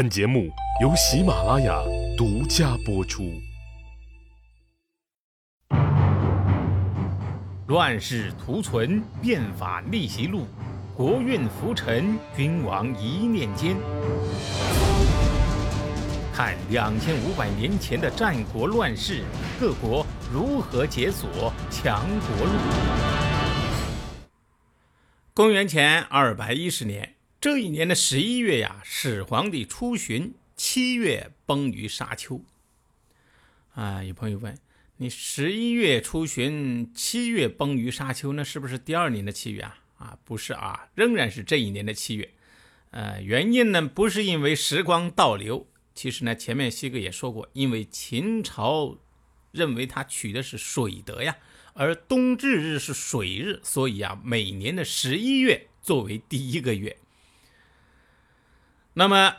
本节目由喜马拉雅独家播出。 乱世图存，变法逆袭录，国运浮沉，君王一念间。看2500年前的战国乱世，各国如何解锁强国路。公元前210年，这一年的11月呀，始皇帝出巡，7月崩于沙丘。有朋友问，你11月出巡，7月崩于沙丘，那是不是第二年的7月啊？不是啊，仍然是这一年的7月。原因呢，不是因为时光倒流，其实呢，前面西哥也说过，因为秦朝认为他取的是水德呀，而冬至日是水日，所以每年的11月作为第一个月。那么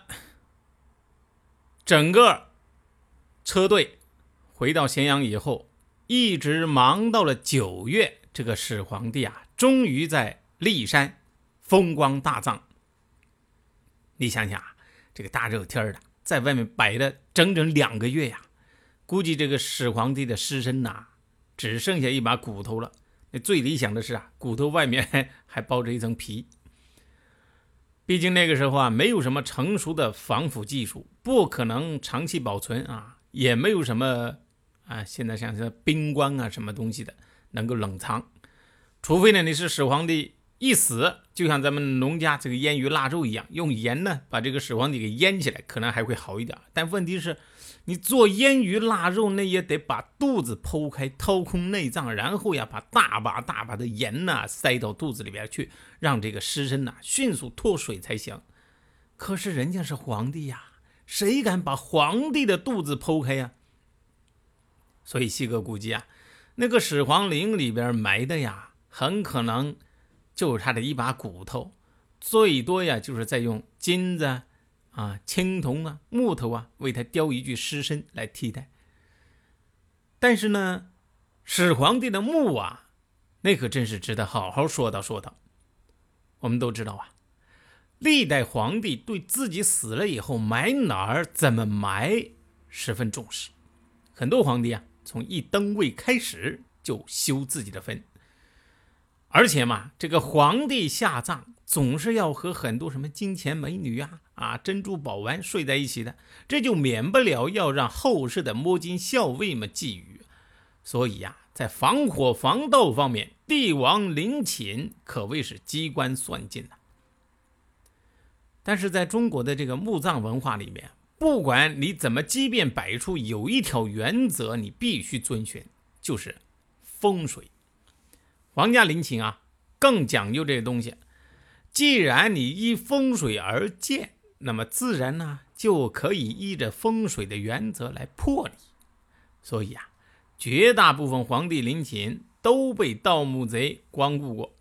整个车队回到咸阳以后，一直忙到了9月，这个始皇帝终于在骊山风光大葬。你想想这个大热天的，在外面摆了整整2个月呀，估计这个始皇帝的尸身只剩下一把骨头了。那最理想的是骨头外面还包着一层皮。毕竟那个时候没有什么成熟的防腐技术，不可能长期保存也没有什么现在像是冰棺什么东西的能够冷藏，除非呢你是始皇帝一死，就像咱们农家这个腌鱼腊肉一样，用盐呢把这个始皇帝给腌起来，可能还会好一点。但问题是，你做腌鱼腊肉，那也得把肚子剖开，掏空内脏，然后把大把的盐塞到肚子里边去，让这个尸身迅速脱水才行。可是人家是皇帝谁敢把皇帝的肚子剖开呀？所以西哥估计那个始皇陵里边埋的很可能就是他的一把骨头，最多就是在用金子青铜木头为他雕一具尸身来替代。但是呢，始皇帝的墓那可真是值得好好说道。我们都知道历代皇帝对自己死了以后埋哪儿怎么埋十分重视，很多皇帝从一登位开始就修自己的坟。而且这个皇帝下葬总是要和很多什么金钱美女珍珠宝丸睡在一起的，这就免不了要让后世的摸金校尉们觊觎。所以在防火防盗方面，帝王陵寝可谓是机关算尽的。但是在中国的这个墓葬文化里面，不管你怎么机变摆出，有一条原则你必须遵循，就是风水。皇家陵寝更讲究这个东西。既然你依风水而建，那么自然就可以依着风水的原则来破例。所以绝大部分皇帝陵寝都被盗墓贼光顾过。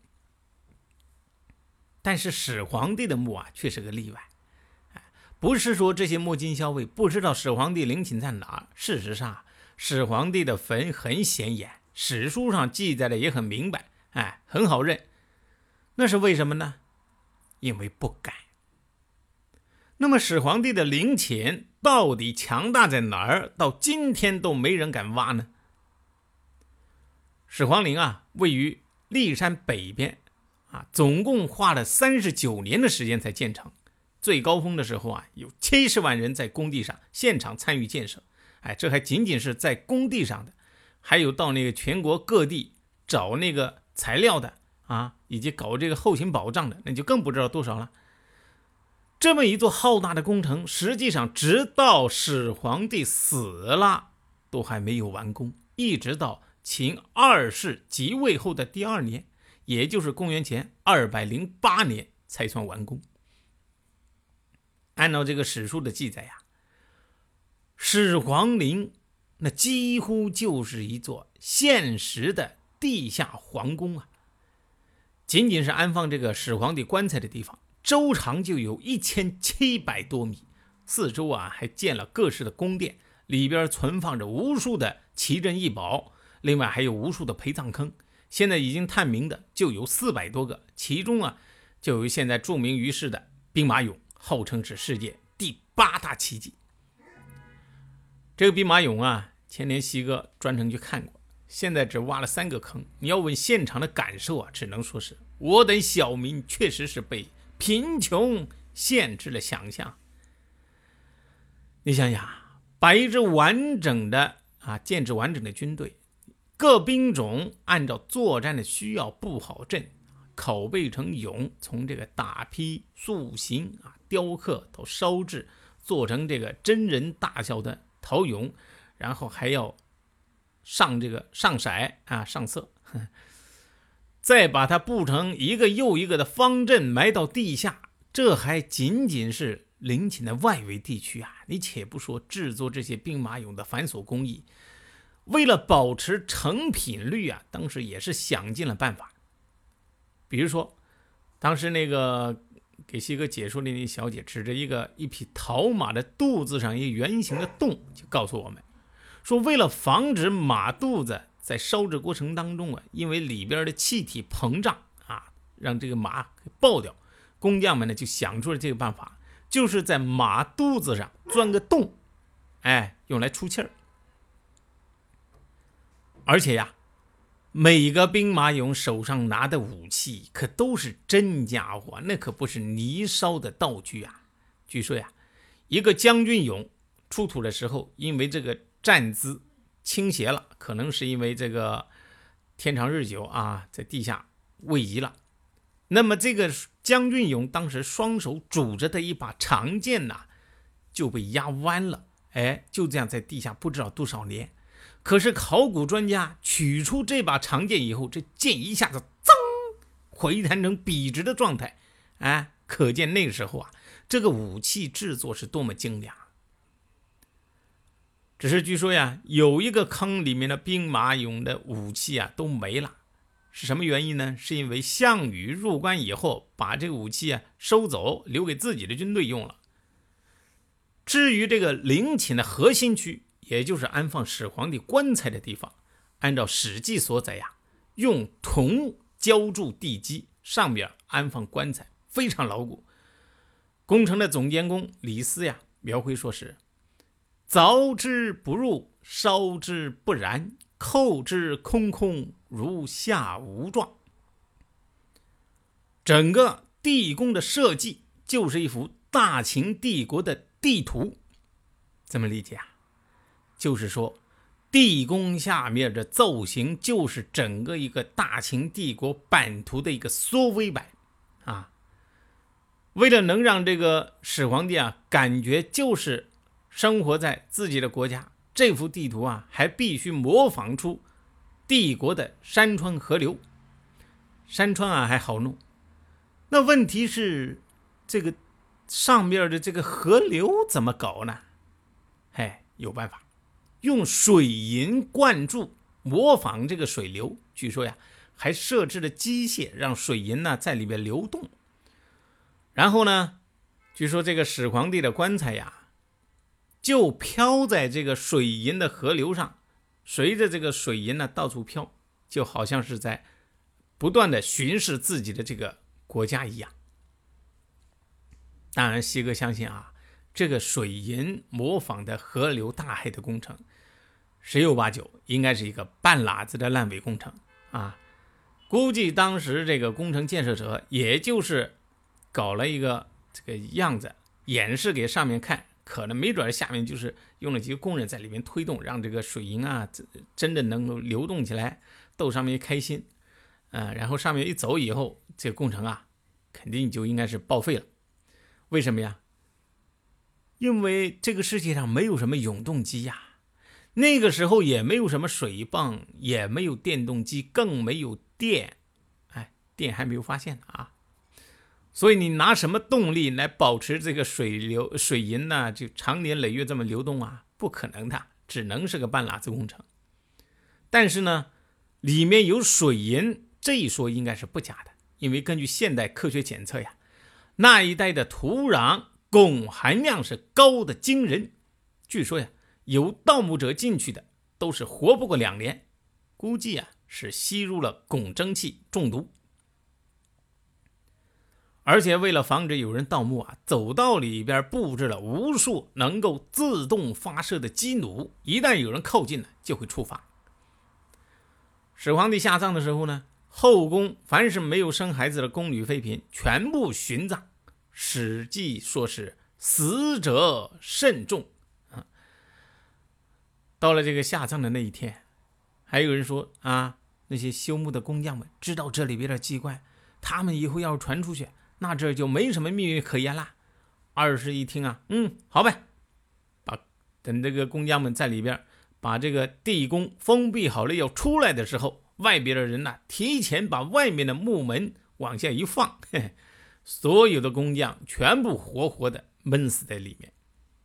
但是始皇帝的墓却是个例外。不是说这些摸金校尉不知道始皇帝陵寝在哪，事实上始皇帝的坟很显眼，史书上记载的也很明白，很好认。那是为什么呢？因为不敢。那么始皇帝的陵寝到底强大在哪儿？到今天都没人敢挖呢？始皇陵位于骊山北边总共花了39年的时间才建成。最高峰的时候有70万人在工地上现场参与建设。这还仅仅是在工地上的，还有到那个全国各地找那个材料的以及搞这个后勤保障的，那就更不知道多少了。这么一座浩大的工程，实际上直到始皇帝死了都还没有完工，一直到秦2世即位后的第2年，也就是公元前208年才算完工。按照这个史书的记载始皇陵那几乎就是一座现实的地下皇宫仅仅是安放这个始皇帝棺材的地方，周长就有1700多米，四周还建了各式的宫殿，里边存放着无数的奇珍异宝，另外还有无数的陪葬坑。现在已经探明的就有400多个，其中就有现在著名于世的兵马俑，号称是世界第 8大奇迹。这个兵马俑啊，前年西哥专程去看过，现在只挖了3个坑。你要问现场的感受啊，只能说是我等小民确实是被贫穷限制了想象。你想想，把一支完整的建制完整的军队，各兵种按照作战的需要布好阵，拷贝成俑，从这个打坯、塑形雕刻到烧制，做成这个真人大小的陶俑，然后还要上色上色，再把它布成一个又一个的方阵，埋到地下。这还仅仅是陵寝的外围地区啊！你且不说制作这些兵马俑的繁琐工艺，为了保持成品率啊，当时也是想尽了办法。比如说，当时那个给西哥解说的那小姐指着一匹陶马的肚子上一个圆形的洞，就告诉我们说，为了防止马肚子在烧制过程当中因为里边的气体膨胀让这个马给爆掉，工匠们呢就想出了这个办法，就是在马肚子上钻个洞，用来出气儿。而且呀，每个兵马俑手上拿的武器可都是真家伙，那可不是泥烧的道具啊。据说呀，一个将军俑出土的时候，因为这个站姿倾斜了，可能是因为这个天长日久在地下位移了。那么这个将军俑当时双手拄着的一把长剑就被压弯了，就这样在地下不知道多少年。可是考古专家取出这把长剑以后，这剑一下子噌回弹成笔直的状态，可见那个时候这个武器制作是多么精良。只是据说呀，有一个坑里面的兵马俑的武器都没了，是什么原因呢？是因为项羽入关以后，把这个武器收走，留给自己的军队用了。至于这个陵寝的核心区，也就是安放始皇帝棺材的地方，按照《史记》所载用铜浇筑地基，上面安放棺材，非常牢固。工程的总监工李斯描绘说是凿之不入，烧之不燃，扣之空空，如下无状。整个地宫的设计就是一幅大秦帝国的地图。怎么理解就是说，地宫下面的造型就是整个一个大秦帝国版图的一个缩微版为了能让这个始皇帝感觉就是生活在自己的国家，这幅地图还必须模仿出帝国的山川河流。山川还好弄，那问题是这个上面的这个河流怎么搞呢？有办法，用水银灌注，模仿这个水流。据说还设置了机械，让水银在里面流动。然后呢，据说这个始皇帝的棺材就飘在这个水银的河流上，随着这个水银到处飘，就好像是在不断的巡视自己的这个国家一样。当然西哥相信这个水银模仿的河流大海的工程，十有八九应该是一个半拉子的烂尾工程估计当时这个工程建设者也就是搞了一个这个样子演示给上面看，可能没准下面就是用了几个工人在里面推动，让这个水银真的能够流动起来，逗上面开心然后上面一走以后，这个工程肯定就应该是报废了。为什么呀？因为这个世界上没有什么永动机那个时候也没有什么水泵，也没有电动机，更没有电电还没有发现所以你拿什么动力来保持这个水银就长年累月这么流动不可能的，只能是个半拉子工程。但是呢，里面有水银这一说应该是不假的，因为根据现代科学检测那一带的土壤汞含量是高的惊人，据说有盗墓者进去的都是活不过2年，估计是吸入了汞蒸气中毒。 而且为了防止有人盗墓啊，走道里边布置了无数能够自动发射的机弩，一旦有人靠近了就会触发。始皇帝下葬的时候呢，后宫凡是没有生孩子的宫女妃嫔全部殉葬，史记说是死者甚众啊。到了这个下葬的那一天，还有人说啊，那些修墓的工匠们知道这里边的机关，他们以后要传出去，那这就没什么秘密可言啦。二世一听啊，好呗，等这个工匠们在里边把这个地宫封闭好了要出来的时候，外边的人呢，提前把外面的木门往下一放，所有的工匠全部活活的闷死在里面。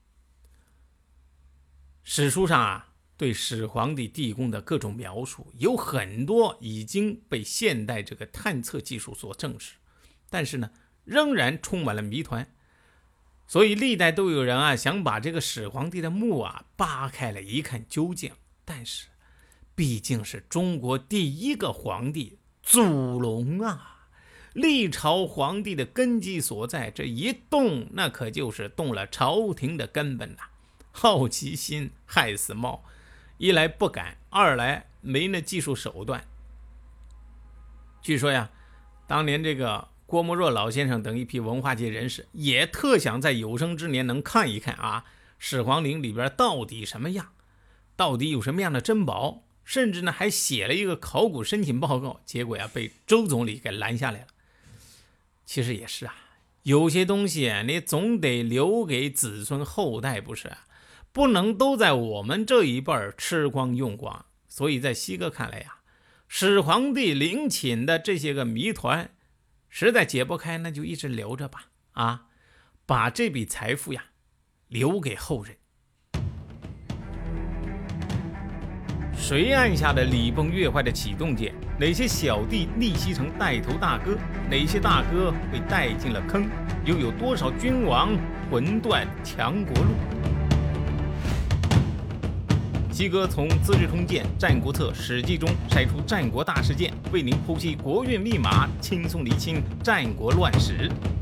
史书上啊，对始皇帝地宫的各种描述有很多已经被现代这个探测技术所证实，但是呢，仍然充满了谜团。所以历代都有人啊想把这个始皇帝的墓啊扒开了一看究竟，但是毕竟是中国第一个皇帝祖龙啊，历朝皇帝的根基所在，这一动那可就是动了朝廷的根本啊。好奇心害死猫，一来不敢，二来没那技术手段。据说呀，当年这个郭沫若老先生等一批文化界人士也特想在有生之年能看一看啊，始皇陵里边到底什么样，到底有什么样的珍宝，甚至呢还写了一个考古申请报告，结果呀被周总理给拦下来了。其实也是啊，有些东西你总得留给子孙后代，不是啊？不能都在我们这一辈吃光用光。所以在西哥看来呀，始皇帝陵寝的这些个谜团实在解不开，那就一直留着吧，啊，把这笔财富呀留给后人。谁按下了礼崩乐坏的启动键？哪些小弟逆袭成带头大哥？哪些大哥被带进了坑？又有多少君王魂断强国路？西哥从《资治通鉴》《战国策》《史记》中筛出战国大事件，为您剖析国运密码，轻松理清战国乱史。